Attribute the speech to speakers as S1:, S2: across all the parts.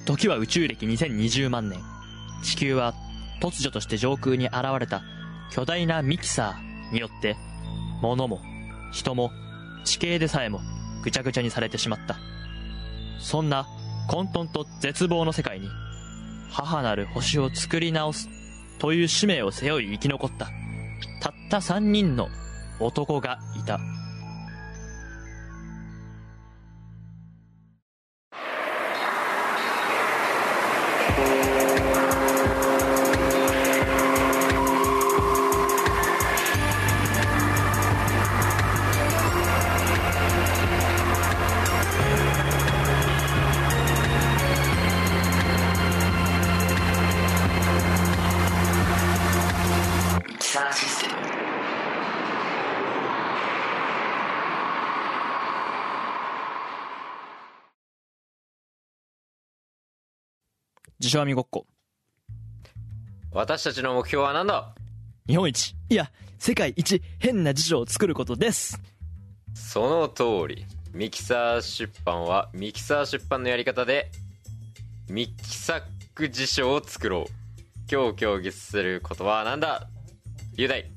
S1: 時は宇宙歴2020万年。地球は突如として上空に現れた巨大なミキサーによって物も人も地形でさえもぐちゃぐちゃにされてしまった。そんな混沌と絶望の世界に母なる星を作り直すという使命を背負い生き残ったたった3人の男がいた。自称網ごっこ。
S2: 私たちの目標は何だ？
S1: 日本一、いや世界一変な辞書を作ることです。
S2: その通り。ミキサー出版はミキサー出版のやり方でミキサック辞書を作ろう。今日協議することは何だ？雄大。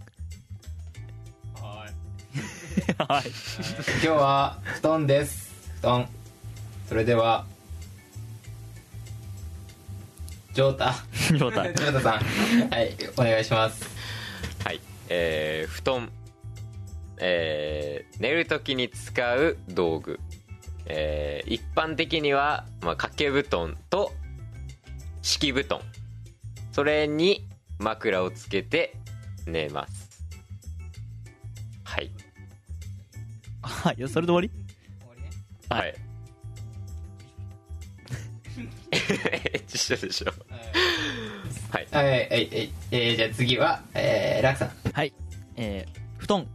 S1: はい。
S3: 今日は布団です。布団。それではジョータ
S1: ジョータ
S3: さん、はい、お願いします。
S2: はい、布団、寝るときに使う道具、一般的には、掛け布団と敷布団、それに枕をつけて寝ます。はい。
S1: はい、それで終わり？
S2: はい。実写でしょ。はい
S3: はいはいはい。じゃあ次はラクさん。
S1: はい。布団。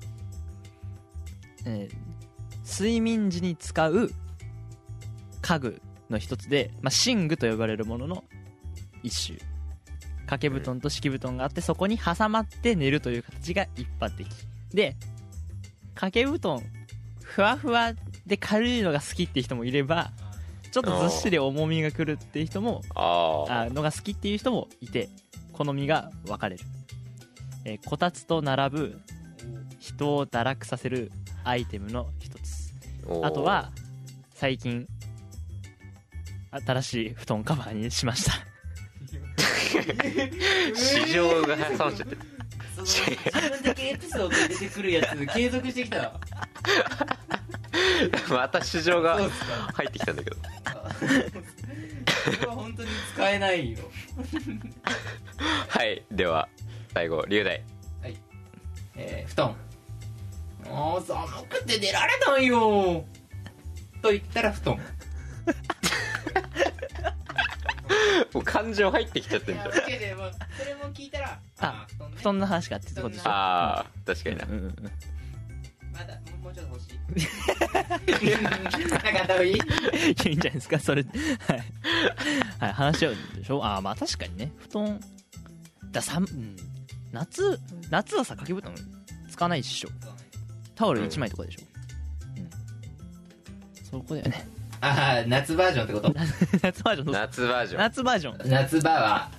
S1: 睡眠時に使う家具の一つで、寝具と呼ばれるものの一種。掛け布団と敷布団があって、そこに挟まって寝るという形が一般的で、掛け布団ふわふわで軽いのが好きっていう人もいれば、ちょっとずっしり重みがくるっていう人ものが好きっていう人もいて、好みが分かれる。こたつと並ぶ人を堕落させるアイテムの一つ。あとは最近新しい布団カバーにしました。
S2: 市場が挟まっちゃってる。
S3: 自分だけエピソードで出てくるやつ継続してきた。
S2: また市場が入ってきたんだけど。
S3: これは本当に使えないよ。
S2: はい、では最後龍大。
S3: はい。布団。寒くて寝られないよと言ったら布団。
S2: もう感情入ってきちゃってんじゃん。
S3: それも聞いたら
S1: 布団の話かってことでしょ。
S2: ああ、確かにな。
S3: まだもうちょっと欲しい。なんかあった方がいい？い
S1: いいんじゃないですかそれ。はい、話し合うんでしょ。確かにね、布団だ。夏はさ、掛け布団使わないっしょ。タオル1枚とかでしょ。そこだよね。
S3: 夏バージョンってこと？
S1: 夏バージョン。
S3: 夏場は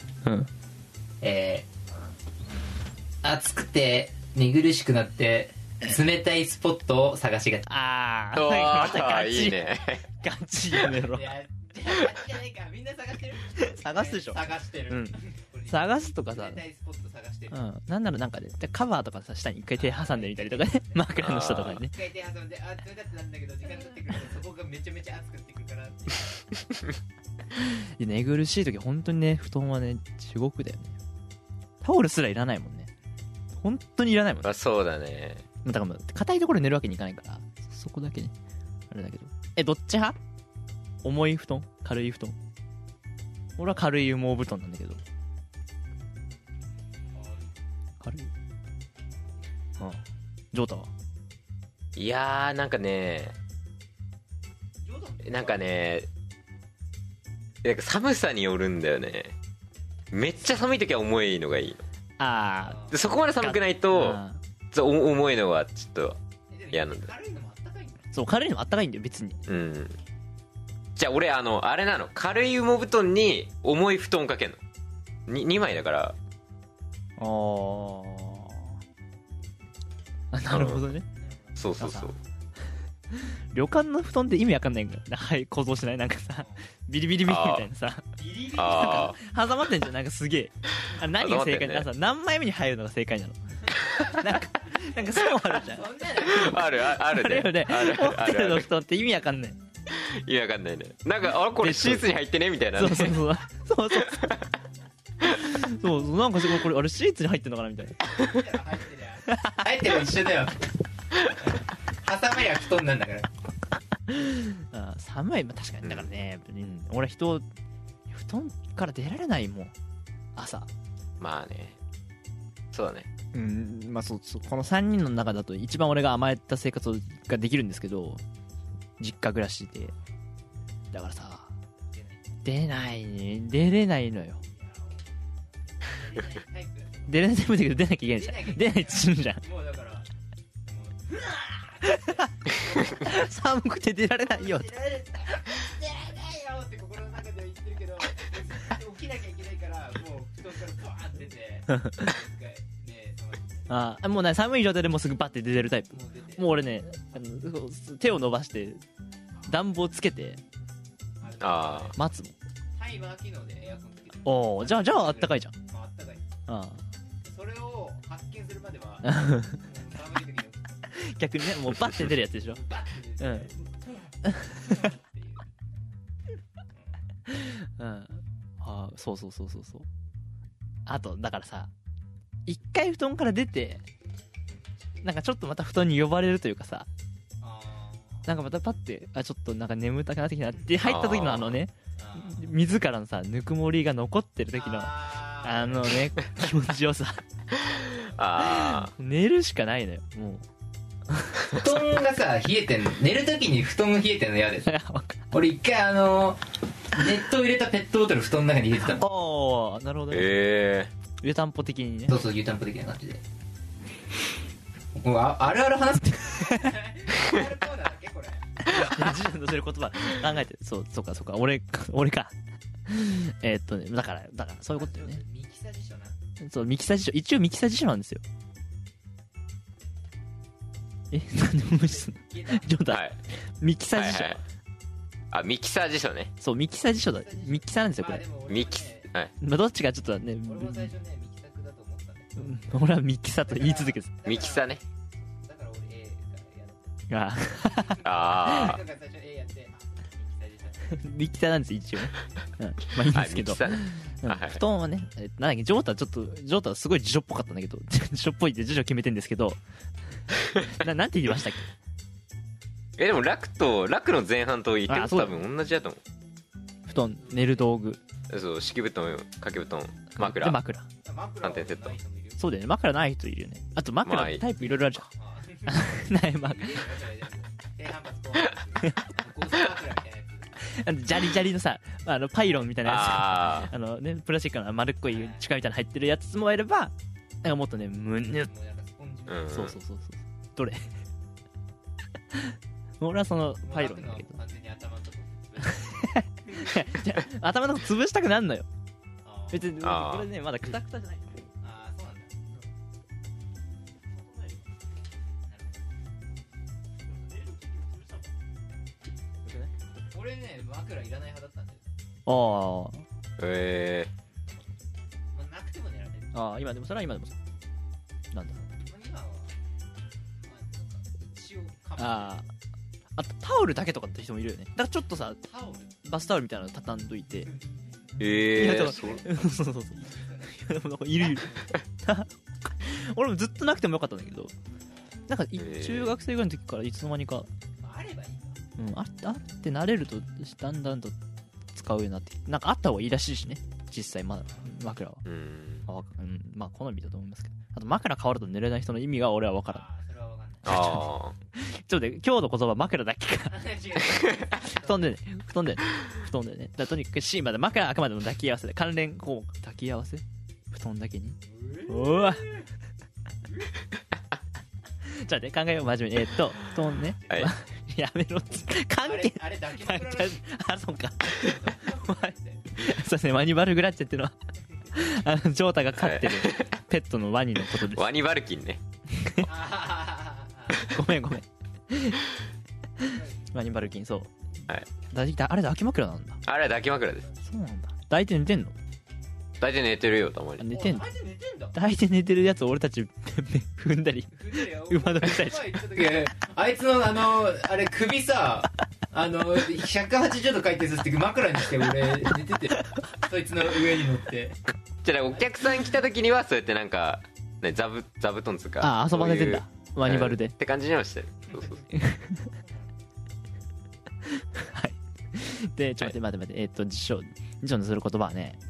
S3: 暑くて寝苦しくなって冷たいスポットを探しがち。
S2: またガチ。いいね。
S1: ガチやめろ。
S3: いやガチじゃないか。みんな探してる？
S1: 探すでしょ。
S3: 探してる。
S1: 探すとかさ、
S3: 冷たいスポット探してる。
S1: なんならなんかね、カバーとかさ、下に一回手挟んでみたりとかね。枕の下とかにね。
S3: 一回手挟んで、冷たってなんだけど時間経ってくるとそこがめちゃめちゃ熱くなってくるからって。
S1: 寝苦しい時本当にね、布団はね地獄だよね。タオルすらいらないもんね。本当にいらないもんね。
S2: そうだね。
S1: だから硬いところ寝るわけにいかないから、そこだけねあれだけど。どっち派？重い布団？軽い布団？俺は軽い羽毛布団なんだけど。軽い。ジョータは？
S2: いやー、なんか寒さによるんだよね。めっちゃ寒い時は重いのがいいの。でそこまで寒くないと重いのはちょっと嫌なんだ。
S3: 軽いのもあったかいんだ。
S1: そう、軽いのもあったかいんだよ別に。
S2: じゃあ俺あれなの、軽い羽毛布団に重い布団かけんの。2枚だから。
S1: あ、なるほどね。
S2: そうそうそう。
S1: 旅館の布団って意味わかんないんだよ。はい、構造しないなんかさ、ビリビリビリみたいなさ、
S3: ビリビリ
S2: あ
S1: 挟まってんじゃん、なんかすげえ。あ、何が正解だ、
S2: 挟まってんね
S1: さ、何枚目に入るのが正解なの。なんかそうあるじゃん。
S3: そんなの
S2: ある
S1: あ
S2: ね
S1: れよね、
S2: ある
S1: ホテルの
S2: ある
S1: 布団って意味わかんない。
S2: 意味わかんないね。なんかこれシーツに入ってねみたいなね。
S1: そうそうそう。そうそうそう。そうそう、なんかこれあれシーツに入ってんのかなみたいな。
S3: 入ってる一緒だよ。挟まりゃ布団なんだから。
S1: あ、寒い、まあ、確かにだからね、俺布団から出られないもん、朝。
S2: まあね、そうだね。
S1: まあそうこの3人の中だと一番俺が甘えた生活ができるんですけど、実家暮らしでだからさ、出れないのよ。出れないタイプだけど出なきゃいけないじゃん。出ないと死ぬじゃん。
S3: もうだから
S1: 寒くて出られないよって。
S3: 出られないよって心の中では言ってるけど、起きなきゃいけないからもう布団からバーンって出て
S1: もう寒い状態でもうすぐバッて出てるタイプ。もう俺ね、手を伸ばして暖房つけて待つもん。
S3: タイマー機能でエアコンつけて。
S1: おお、じゃああったかいじゃん。
S3: あったかい。
S1: ああ、
S3: それを発見するまでは寒い時に
S1: 逆にね、もうバッて出るやつでしょ。
S3: バッて出て
S1: そうあとだからさ、一回布団から出てなんかちょっとまた布団に呼ばれるというかさ、なんかまたパッてちょっとなんか眠たくなってきたなって入った時の自らのさぬくもりが残ってる時の気持ちよさ。寝るしかないのよ、もう。
S3: 布団がさ冷えてんの、寝るときに布団が冷えてんの嫌です俺一回熱湯入れたペットボトル布団の中に入れてたの。
S1: ああ、なるほどね。湯たんぽ的にね。
S3: そう湯たんぽ的な感じで。あるある話してあるコーナーだっけこれ。
S1: 自分のせる言葉考えて。そうか俺かだからそういうことだよね。
S3: ミキサ辞書な。
S1: そう、ミキサ辞書、一応ミキサ辞書なんですよ。なんで無視すんのジョータ、ミキサ辞書。
S2: ミキサ辞書ね。
S1: そう、ミキサ辞書だ。ミキサなんですよこれ。どっちがちょっとね、
S3: 俺も最初ねミキサクだと思ったんだけど、
S1: 俺はミキサと言い続けて
S2: ミキサね。
S3: だから俺 A がやった。だから最初 A やって
S1: ミキサなんです一応ね。まあいいんですけど、布団はね、なんだっけ、ジョータはすごい辞書っぽかったんだけど、辞書っぽいって辞書決めてんですけど、なんて言いましたっ
S2: け。でも楽の前半と言っても多分同じだと思う。
S1: 布団、寝る道具、
S2: そう敷布団、掛け布団、枕、
S1: で枕
S2: 3点セット。
S1: そうだよね、枕ない人いるよね。あと枕タイプいろいろあるじゃん。ない枕ジャリジャリのさ、パイロンみたいなやつ、プラスチックの丸っこい力みたいなの入ってるやつもいれば、なんかもっとね、むにゅっ、そうどれ俺はそのパイロンだけど頭のとこ潰したくなんのよ別に。これねまだクタクタじゃない。
S3: そうなんだ。俺ね枕いらない派だったんだよ。なくても寝られる。
S1: 今でもそれは今でもなんだ
S3: 今は一応
S1: あとタオルだけとかって人もいるよね。だからちょっとさバスタオルみたいなの畳んどいて。そういる俺もずっとなくてもよかったんだけど、なんか中学生ぐらいの時からいつの間にか
S3: あればいい
S1: あって慣れるとだんだんと使うようになって、なんかあった方がいいらしいしね、実際枕は。まあ好みだと思いますけど、あと枕変わると寝れない人の意味が俺は分からん。
S3: それは分かんない。
S1: ちょっとね、今日の言葉枕だけか布団でねだとにかくシーンまで枕はあくまでも抱き合わせで関連項目抱き合わせ布団だけにうわじゃあね、考えよう真面目に。布団ね、 やめろっつ関係
S3: あれ抱き枕らしい
S1: あそうかそうですね、ワニバルグラッチェっていうのはジョータが飼ってるペットのワニのことです。
S2: ワニバルキンね。
S1: ごめんワニバルキン、そう、
S2: はい、
S1: あれ抱き枕なんだ。
S2: あれは抱き枕です。
S1: そうなんだ。抱いて寝てんの？
S2: 大体寝てるよたまに。
S1: 寝てんの？
S3: あいつ寝てんだ。
S1: 抱いて寝てるやつを俺たち踏んだり馬乗りたいし。
S3: あいつのあれ首さ180度回転させて枕にして俺寝てて、そいつの上に乗って。
S2: じゃあお客さん来た時にはそうやってなんか、ね、座布団つうか、
S1: 遊ばせてんだ、ワニバルで、
S2: って感じにはしてる。そう
S1: はいでちょっと待って辞書にする言葉はね、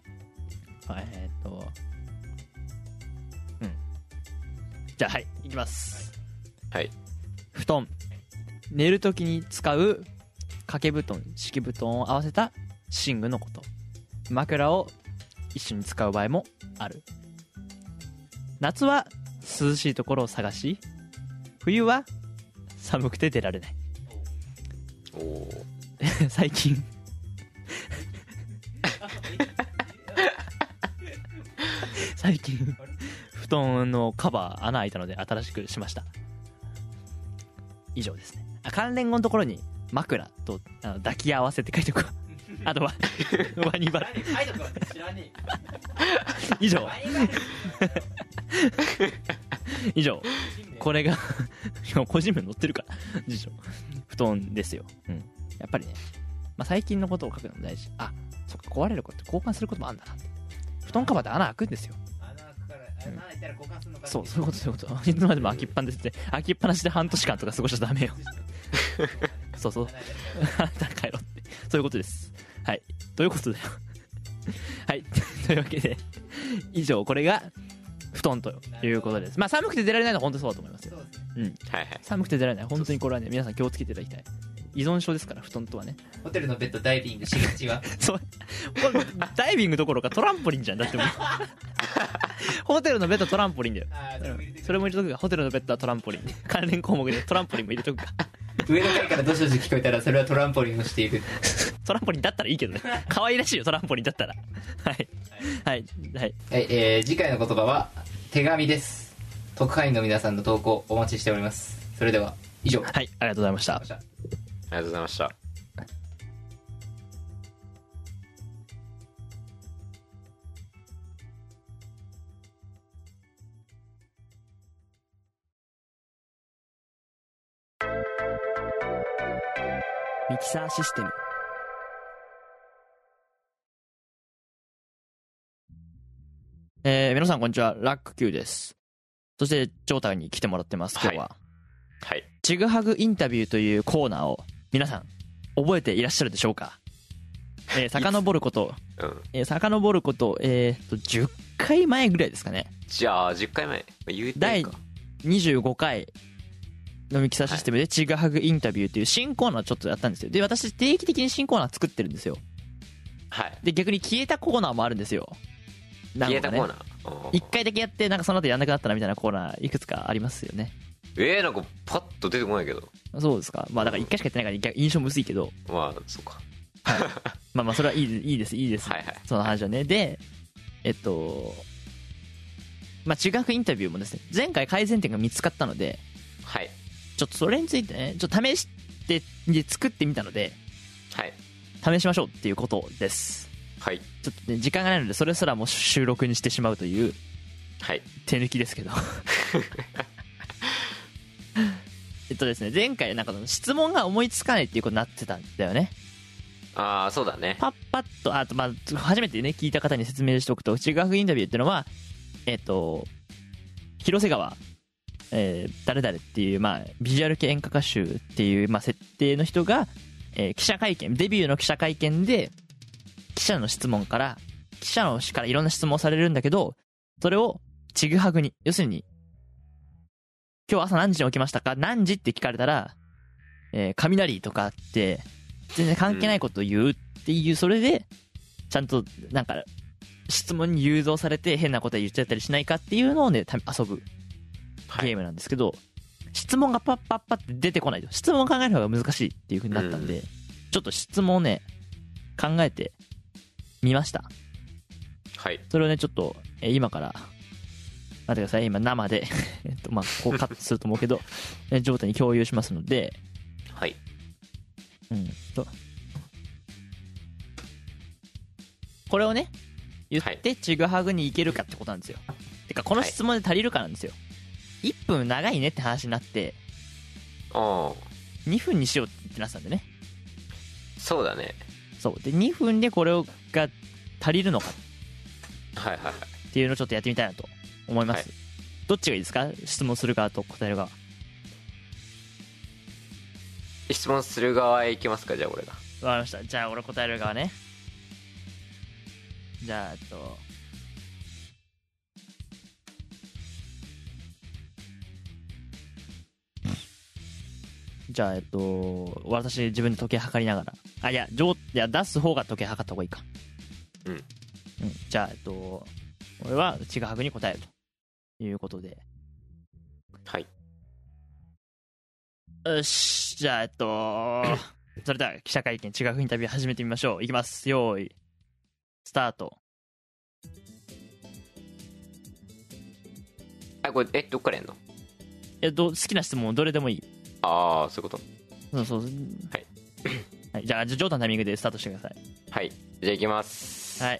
S1: じゃあはいいきます。
S2: はい。
S1: 布団、寝るときに使う掛け布団、敷布団を合わせた寝具のこと。枕を一緒に使う場合もある。夏は涼しいところを探し、冬は寒くて出られない。
S2: おお
S1: 最近布団のカバー穴開いたので新しくしました。以上ですね。関連語のところに枕と抱き合わせって書いておくわ。あとはワニバル以上これが個人名載ってるから辞書布団ですよ、やっぱりね、最近のことを書くのも大事。あ、そっか、壊れること交換することもあるんだなって。布団カバーって穴開くんですよ。穴開いたら交換するのか。そういうこといつまでも開きっぱなしで半年間とか過ごしちゃダメよそう帰ろうってそういうことです。はい、どういうことだよはいというわけで以上これが布団ということです。寒くて出られないのは本当にそうだと思いますよ。寒くて出られない、本当にこれはね皆さん気をつけていただきたい。依存症ですから、布団とはね。
S3: ホテルのベッドダイビングしがちは
S1: そう、これダイビングどころかトランポリンじゃん。だってもうホテルのベッドトランポリンだよ。それも入れとくか。ホテルのベッドはトランポリン関連項目でトランポリンも入れとくか
S3: 上の階からどしどし聞こえたらそれはトランポリンをしている
S1: トランポリンだったらいいけどね、可愛らしいよトランポリンだったらはい
S3: 次回の言葉は手紙です。特派員の皆さんの投稿お待ちしております。それでは以上。
S1: はい、ありがとうございました。
S2: ありがとうございました。
S1: ミキサーシステム。皆さんこんにちは、ラック Q です。そしてジョータに来てもらってます。今日は、
S2: はい、
S1: ちぐはぐインタビューというコーナーを皆さん覚えていらっしゃるでしょうか。遡ること10回前ぐらいですかね。
S2: じゃあ10回前言うて
S1: 第25回のミキサーシステムでちぐはぐインタビューという新コーナーをちょっとやったんですよ。で、私定期的に新コーナー作ってるんですよ。
S2: はい。
S1: で、逆に消えたコーナーもあるんですよ。
S2: 消えたコーナー
S1: 1回だけやってその後やんなくなったなみたいなコーナーいくつかありますよね。
S2: なんかパッと出てこないけど。
S1: そうですか。だから1回しかやってないから印象むずいけど、
S2: そうか、
S1: はい、それはいいです
S2: はい、
S1: その話はね。でちぐはぐインタビューもですね、前回改善点が見つかったので、
S2: はい、
S1: ちょっとそれについてね、ちょっと試して作ってみたので、
S2: はい、
S1: 試しましょうっていうことです。
S2: はい、
S1: ちょっとね時間がないのでそれすらも収録にしてしまうという、
S2: はい、
S1: 手抜きですけどですね、前回質問が思いつかないっていうことになってたんだよね。
S2: ああ、そうだね。
S1: パッと初めてね聞いた方に説明しておくと、ちぐはぐインタビューっていうのは広瀬川誰々っていうビジュアル系演歌歌手っていう設定の人が記者会見、デビューの記者会見で記者の氏からいろんな質問をされるんだけど、それをちぐはぐに、要するに今日朝何時に起きましたか、何時って聞かれたら、雷とかって全然関係ないことを言うっていう、それでちゃんと質問に誘導されて変なこと言っちゃったりしないかっていうのをね遊ぶゲームなんですけど、 質問がパッパッパって出てこないと、質問を考える方が難しいっていう風になったんで、ちょっと質問をね考えてみました。
S2: はい。
S1: それをねちょっと、今から待ってください。今生でまあこうカットすると思うけど状態に共有しますので、
S2: はい。
S1: これをね言ってちぐはぐにいけるかってことなんですよ。てかこの質問で足りるかなんですよ。1分長いねって話になって、2分にしようってなってたんでね。
S2: そうだね。
S1: そうで2分でこれが足りるのか
S2: はいはいはい
S1: っていうのをちょっとやってみたいなと思います、はい、どっちがいいですか？質問する側と答える側。
S2: 質問する側へ行きますか？じゃあ俺が。
S1: わかりました。じゃあ俺答える側ね。じゃあじゃあ私自分で時計測りながら、いや出す方が時計測った方がいいか。じゃあ俺はちぐはぐに答えるということで、
S2: はい。
S1: よし、じゃあそれでは記者会見ちぐはぐインタビュー始めてみましょう。いきます。よーいスタート。
S2: これどっからやんの？
S1: 好きな質問どれでもいい。
S2: ああ、そういうこと。
S1: そうはい、はい、じゃあジョータのタイミングでスタートしてください。
S2: はい、じゃあいきます。
S1: はい、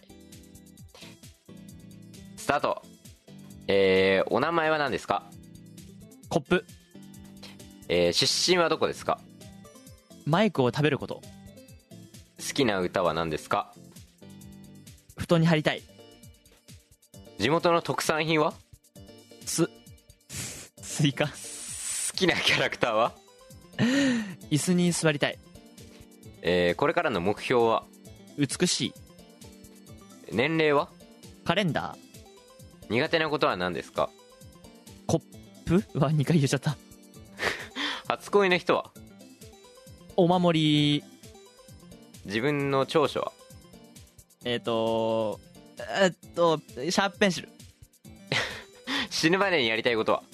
S2: スタート。お名前は何ですか？
S1: コップ。
S2: 出身はどこですか？
S1: マイクを食べること。
S2: 好きな歌は何ですか？
S1: 布団に入りたい。
S2: 地元の特産品は？
S1: スイカ。
S2: 好きなキャラクターは？
S1: 椅子に座りたい。
S2: これからの目標は？
S1: 美しい。
S2: 年齢は？
S1: カレンダー。
S2: 苦手なことは何ですか？
S1: コップは2回言っちゃった。
S2: 初恋の人は？
S1: お守り。
S2: 自分の長所は？
S1: シャープペンシル。
S2: 死ぬまでにやりたいことは？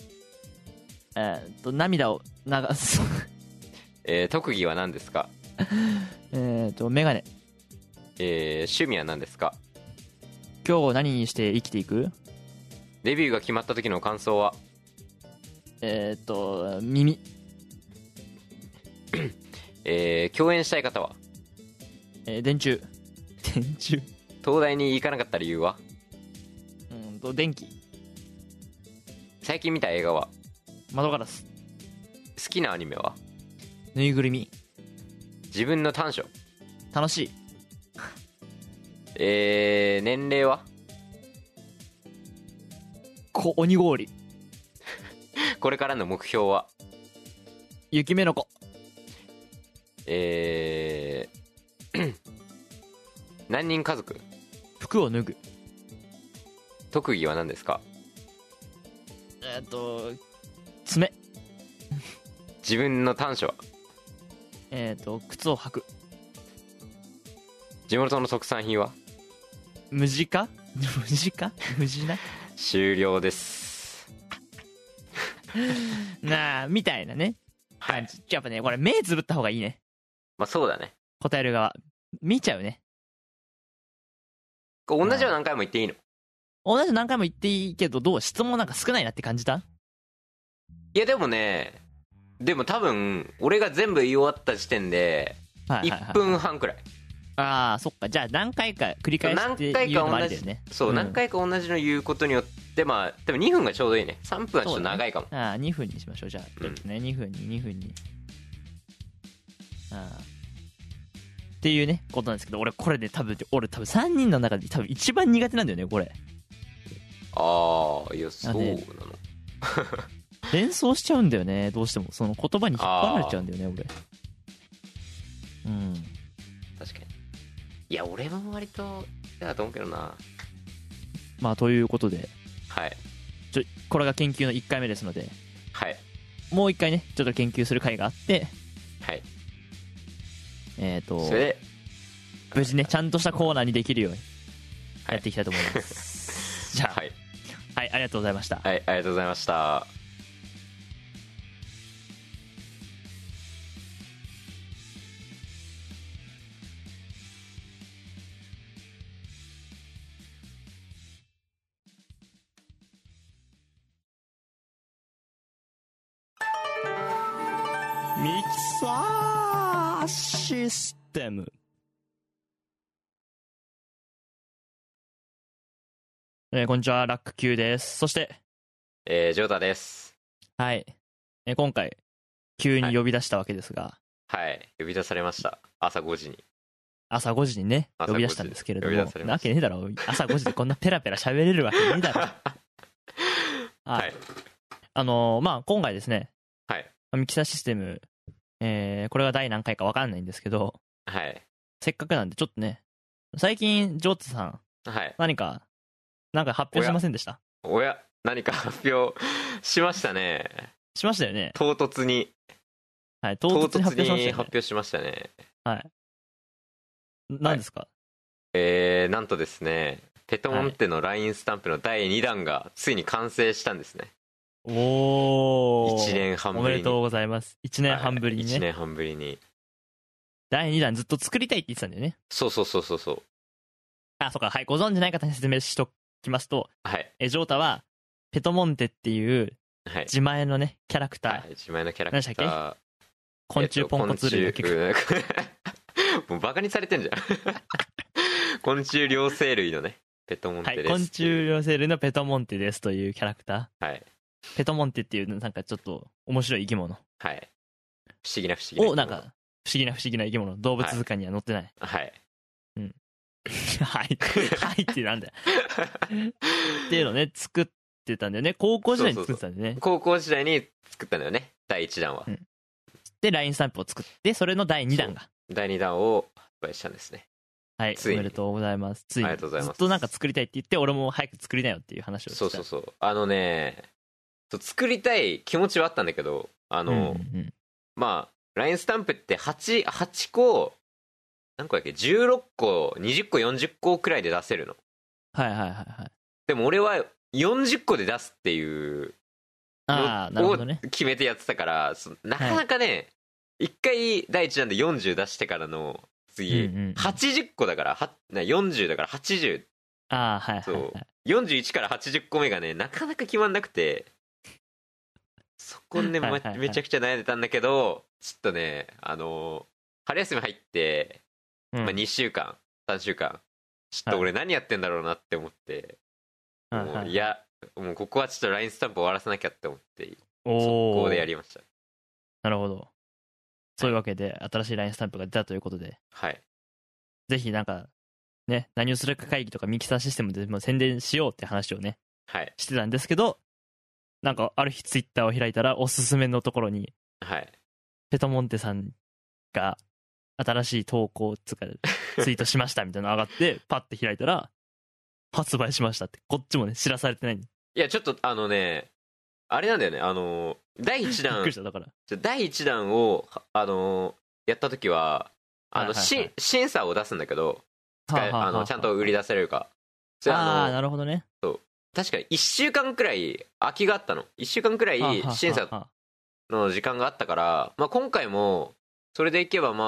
S1: 涙を流す。
S2: 特技は何ですか？
S1: メガネ。
S2: 趣味は何ですか？
S1: 今日何にして生きていく？
S2: デビューが決まった時の感想は？
S1: 耳。
S2: 共演したい方は？
S1: 電柱。
S2: 東大に行かなかった理由は？
S1: 電気。
S2: 最近見た映画は？
S1: 窓ガラス。
S2: 好きなアニメは？
S1: ぬいぐるみ。
S2: 自分の短所？
S1: 楽しい。
S2: 年齢は？
S1: 鬼氷。
S2: これからの目標は？
S1: 雪目の子。
S2: 何人家族？
S1: 服を脱ぐ。
S2: 特技は何ですか？
S1: 爪。
S2: 自分の短所は？
S1: 靴を履く。
S2: 地元の特産品は？
S1: ムジナ。
S2: 終了です
S1: なあみたいなね感じ。やっぱねこれ目つぶった方がいいね。
S2: まあそうだね。
S1: 答える側見ちゃうね。
S2: 同じを何回も言っていいの？
S1: 同じ何回も言っていいけど、どう質問なんか少ないなって感じた？
S2: いやでも多分俺が全部言い終わった時点で1分半くらい。
S1: ああそっか。じゃあ何回か繰り返して言うのもありだよね。
S2: そう、何回か同じの言うことによってまあ多分2分がちょうどいいね。3分はちょっと長いかも。
S1: ああ2分にしましょう。じゃあ2分にっていうねことなんですけど、俺これね多分3人の中で多分一番苦手なんだよねこれ。
S2: ああいやそうなの。
S1: 連想しちゃうんだよねどうしても。その言葉に引っ張られちゃうんだよね俺。
S2: 確かに。いや俺も割とだと思うけどな。
S1: まあということで、
S2: はい、
S1: これが研究の1回目ですので、
S2: はい、
S1: もう1回ねちょっと研究する回があって、
S2: はい、
S1: それで無事ねちゃんとしたコーナーにできるようにやっていきたいと思います、じゃあはい、ありがとうございました。
S2: はい、ありがとうございました。
S1: ミキサーシステム。こんにちは、ラック Q です。そして、
S2: ジョータです。
S1: はい。今回、急に呼び出したわけですが、
S2: はい、呼び出されました。朝5時に。
S1: 朝5時にね、呼び出したんですけれども、なわけねえだろ、朝5時でこんなペラペラ喋れるわけねえだろ。はい。まあ、今回ですね、
S2: はい。
S1: ミキサーシステム、これが第何回か分かんないんですけど、
S2: はい。
S1: せっかくなんでちょっとね、最近ジョーツさん、
S2: はい、
S1: 何か発表しませんでした？
S2: 何か発表しましたね。
S1: しましたよね。
S2: 唐突に。
S1: はい、唐突に発表しましたよね。
S2: 発表しましたね。
S1: はい。何ですか？
S2: なんとですね、ペトモンテの LINE スタンプの第2弾がついに完成したんですね。
S1: おー、
S2: 1年半ぶりに。
S1: おめでとうございます。1年半ぶりにね。
S2: 1年半ぶりに。
S1: 第2弾ずっと作りたいって言ってたんだよね。
S2: そう。あ、
S1: そうか、はい。ご存知ない方に説明しときますと、
S2: はい。
S1: ジョータは、ペトモンテっていう、
S2: はい、
S1: 自前のね、キャラクター。
S2: はい、自前のキャラクター。
S1: 何でしたっけ？昆虫ポンコツ類の曲。
S2: もうバカにされてんじゃん。昆虫両生類のね、ペトモンテです。
S1: はい、昆虫両生類のペトモンテですというキャラクタ
S2: ー。はい。
S1: ペトモンテっていう、なんかちょっと面白い生き物。
S2: はい。不思議な生き物。
S1: なんか、不思議な生き物。動物図鑑には載ってない。
S2: はい。
S1: うん。はい。はいってなんだよ。っていうのね、作ってたんだよね。高校時代に作ってたんだよね。
S2: 高校時代に作ったんだよね。第1弾は。
S1: で、LINE スタンプを作って、それの第2弾が。
S2: 第2弾を発売したんですね。
S1: はい、おめでとうございます。ついに。
S2: ありがとうございます。
S1: ずっとなんか作りたいって言って、俺も早く作りなよっていう話をした。
S2: そう。作りたい気持ちはあったんだけど、まあ、LINE スタンプって8個、何個だっけ、16個、20個、40個くらいで出せるの。
S1: はい。
S2: でも俺は40個で出すっていうのを決めてやってたから、なかなかね、1回第1弾で40出してからの次、80個だから、40だから80。そう。41から80個目がね、なかなか決まんなくて、そこね、めちゃくちゃ悩んでたんだけど、ちょっとね、春休み入って、2週間、3週間、ちょっと俺何やってんだろうなって思って、もうここはちょっと LINE スタンプ終わらせなきゃって思って、速攻でやりました。
S1: なるほど。そういうわけで、新しい LINE スタンプが出たということで、
S2: はい。
S1: ぜひなんか、ね、何をするか会議とかミキサーシステムでも宣伝しようって話をね、
S2: はい、
S1: してたんですけど、なんかある日ツイッターを開いたらおすすめのところに、
S2: はい、
S1: ペトモンテさんが新しい投稿ツイートしましたみたいなのが上がってパッて開いたら発売しましたって、こっちもね知らされてない。い
S2: やちょっとあれなんだよね、第1弾
S1: びっくりした。だから
S2: 第1弾をやった時は審査を出すんだけど、ちゃんと売り出せれるか。
S1: なるほどね。
S2: そう、確かに1週間くらい空きがあったの。1週間くらい審査の時間があったから、まあ、今回もそれでいけば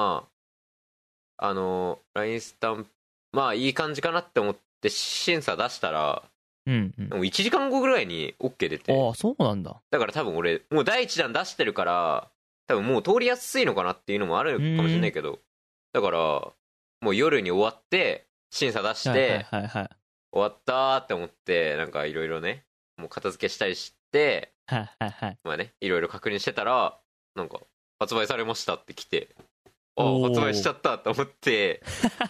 S2: LINE スタンプまあいい感じかなって思って審査出したら、もう1時間後ぐらいに OK 出て。
S1: そうなんだ。
S2: だから多分俺もう第1弾出してるから、多分もう通りやすいのかなっていうのもあるかもしれないけど、だからもう夜に終わって審査出して、終わったって思って、なんかいろいろね、もう片付けしたりして、まあね、いろいろ確認してたら、なんか発売されましたって来て、発売しちゃったと思って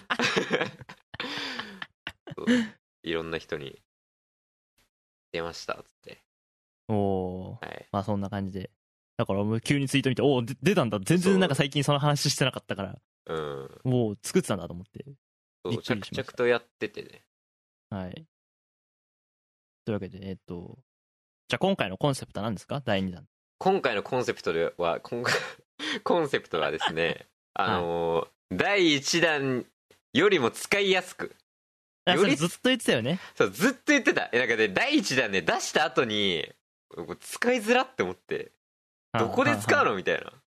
S2: いろんな人に出ましたっつって。
S1: まあそんな感じで、だからもう急にツイート見て、出たんだ。全然なんか最近その話してなかったから、もう作ってたんだと思って、
S2: そう着々とやっててね。
S1: はい。というわけでじゃあ今回のコンセプトは何ですか？第2弾。
S2: 今回のコンセプトはですね、第1弾よりも使いやすく。
S1: それずっと言ってたよね。
S2: そう、ずっと言ってた。なんかね、第1弾ね、出した後に使いづらって思って、どこで使うのみたいな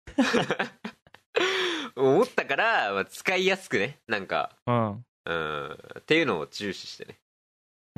S2: 思ったから、まあ、使いやすくね、なんかっていうのを重視してね。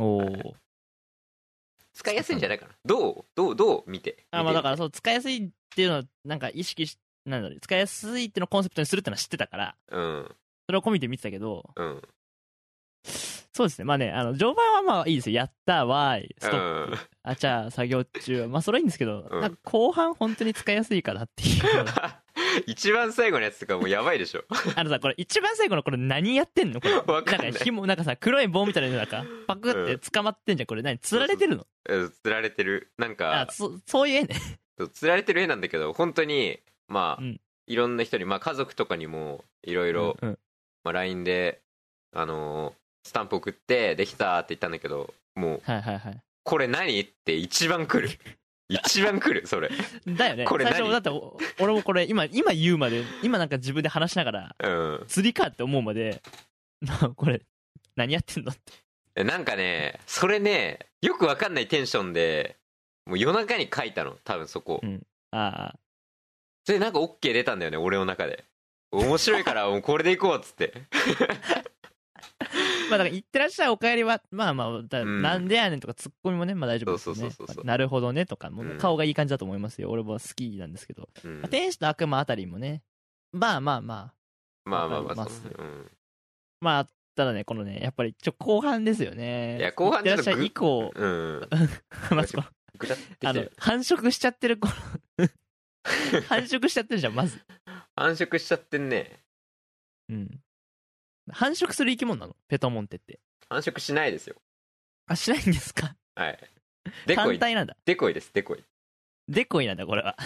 S2: 使いやすいんじゃないかな。どう見て。
S1: まあだからそう、使いやすいっていうのをなんか意識しなんだろう使いやすいっていうのをコンセプトにするってのは知ってたから
S2: うん
S1: それを込みで見てたけど
S2: うん
S1: そうですねまあね序盤はまあいいですよやったわーいストップ、
S2: うん
S1: あじゃあ作業中まあそれはいいんですけど、
S2: うん
S1: なんか後半本当に使いやすいかなっていう
S2: 一番最後のやつとかもうやばいでしょ
S1: さこれ一番最後のこれ何やってんのこれ
S2: わかんない
S1: んか紐なんかさ黒い棒みたいなのなんかパクって捕まってんじゃんこれ何釣られてるの
S2: つられてるなんか
S1: そういう絵ね
S2: つられてる絵なんだけど本当にまあ、
S1: うん
S2: いろんな人にまあ家族とかにもいろいろ
S1: うんうん
S2: まあ LINE でスタンプ送ってできたって言ったんだけどもう
S1: はいはいはい
S2: これ何って一番来る一番来るそれ
S1: だよね
S2: これ何
S1: 最初だって俺もこれ今言うまで今なんか自分で話しながら
S2: うん
S1: 釣りかって思うまでこれ何やってんのって
S2: なんかねそれねよくわかんないテンションでもう夜中に書いたの多分そこ、
S1: ああ
S2: それでなんか OK 出たんだよね俺の中で面白いからもうこれでいこうっつって
S1: まあだから行ってらっしゃいお帰りはまあまあ
S2: ん
S1: なんでやねんとかツッコミもねまあ大丈夫ですよね
S2: そう
S1: なるほどねとかも
S2: うん
S1: 顔がいい感じだと思いますよ俺も好きなんですけど
S2: うん
S1: まあ天使と悪魔あたりもねまあまあまあ
S2: まあまあまあ
S1: わかります
S2: そううん
S1: まあただねこのねやっぱり後半ですよね
S2: いや後半
S1: 行ってらっしゃい以降
S2: うん
S1: まずこの
S2: ぐだってきてる
S1: 繁殖しちゃってる繁殖しちゃってるじゃんまず
S2: 繁殖しちゃってんね
S1: うん繁殖する生き物なのペトモンテって
S2: 繁殖しないですよ
S1: あしないんですか
S2: はいデコイ
S1: 単体なんだ
S2: デコイですデコイ
S1: デコイなんだこれは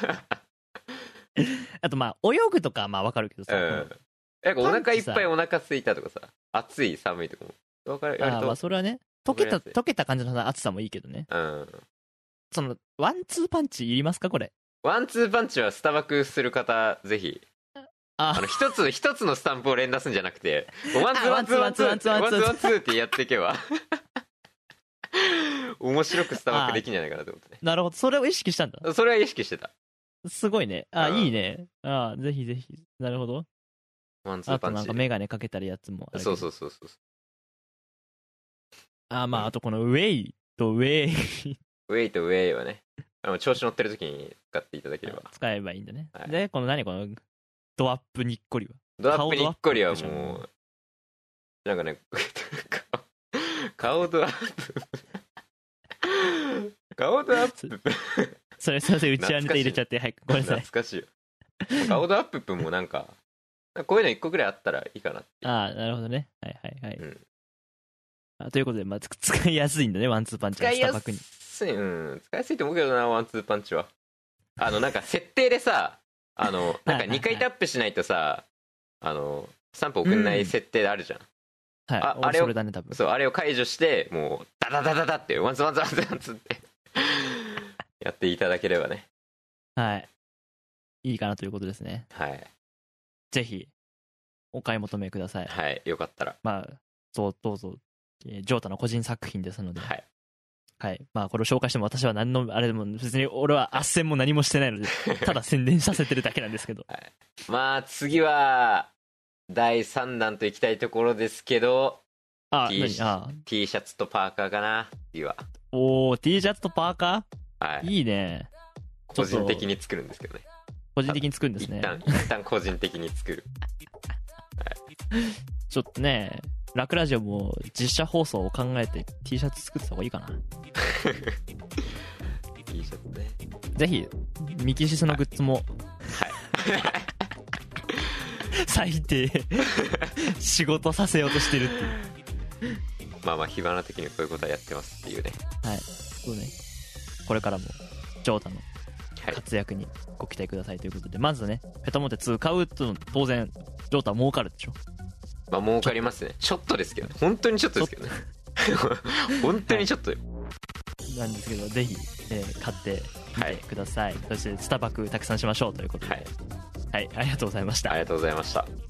S1: あとまあ泳ぐとかはまあわかるけどさ、
S2: うんなんかお腹いっぱいお腹空いたとかさ暑い寒いとかもわかる割
S1: あまあ
S2: と
S1: それはね
S2: わかりやすい
S1: 溶けた感じの暑さもいいけどね
S2: うん
S1: そのワンツーパンチいりますかこれ
S2: ワンツーパンチはスタバクする方ぜひ一つのスタンプを連打すんじゃなくてワンツーワンツーワンツーワンツーワンツーワンツーってやっていけば面白くスタバクできんじゃないかなと思って
S1: なるほどそれを意識したんだ
S2: ねそれは意識してた
S1: すごいね
S2: うん
S1: いいねぜひぜひなるほど
S2: ワンツーパンチ
S1: あとなんかメガネかけたりやつもあるけど
S2: そうそう
S1: まああとこのウェイとウェイ
S2: ウェイとウェイはね調子乗ってる時に使っていただければ
S1: 使えばいいんだね、
S2: はい
S1: でこのドアップにっこりは
S2: ドアップにっこりは
S1: 顔ドアップ
S2: もうなんかね顔ドアップ顔ドアップ
S1: それすいませんうちわネタ入れちゃってはいごめんなさい
S2: 懐かしいよ顔ドアップもなんかこういうの1個ぐらいあったらいいかなって
S1: なるほどねはいはいはい、
S2: うん
S1: ということで、まあ、使いやすいんだねワンツーパンチが
S2: 使いや
S1: スタバクに
S2: すい使いやすいと思うけどなワンツーパンチはなんか設定でさなんか2回タップしないとさスタンプ送んない設定であるじゃん、
S1: はい
S2: あれを
S1: それだね多分
S2: そうあれを解除してもうダダダダダってワンツーワンツーワンツーワンツーってやっていただければね
S1: はいいいかなということですね
S2: はい
S1: ぜひお買い求めください
S2: はいよかったら
S1: まあどうぞジョータの個人作品ですので
S2: はい
S1: はいまあこれを紹介しても私は何のあれでも別に俺は斡旋も何もしてないのでただ宣伝させてるだけなんですけど
S2: まあ次は第3弾といきたいところですけど T シャツとパーカーかな次は
S1: おー T シャツとパーカ
S2: ー、
S1: いいね
S2: 個人的に作るんですけどね
S1: 個人的に作るんですね
S2: 一旦個人的に作る、
S1: ちょっとねラクラジオも実写放送を考えて T シャツ作ってた方がいいかな
S2: T シャツね
S1: ぜひミキシスのグッズも
S2: はい
S1: 最低仕事させようとしてるっていう
S2: まあ火花的にこういうことはやってますっていうね
S1: はいそうねこれからもジョータの活躍にご期待くださいということで、まずねペタモンテ2買うと当然ジョータは儲かるでしょ
S2: まあ儲かりますねちょっとですけどね本当にちょっとですけどね本当にちょっとよ、
S1: なんですけどぜひ、買ってみてください、そしてスタバクたくさんしましょうということで、はい、ありがとうございました
S2: ありがとうございました。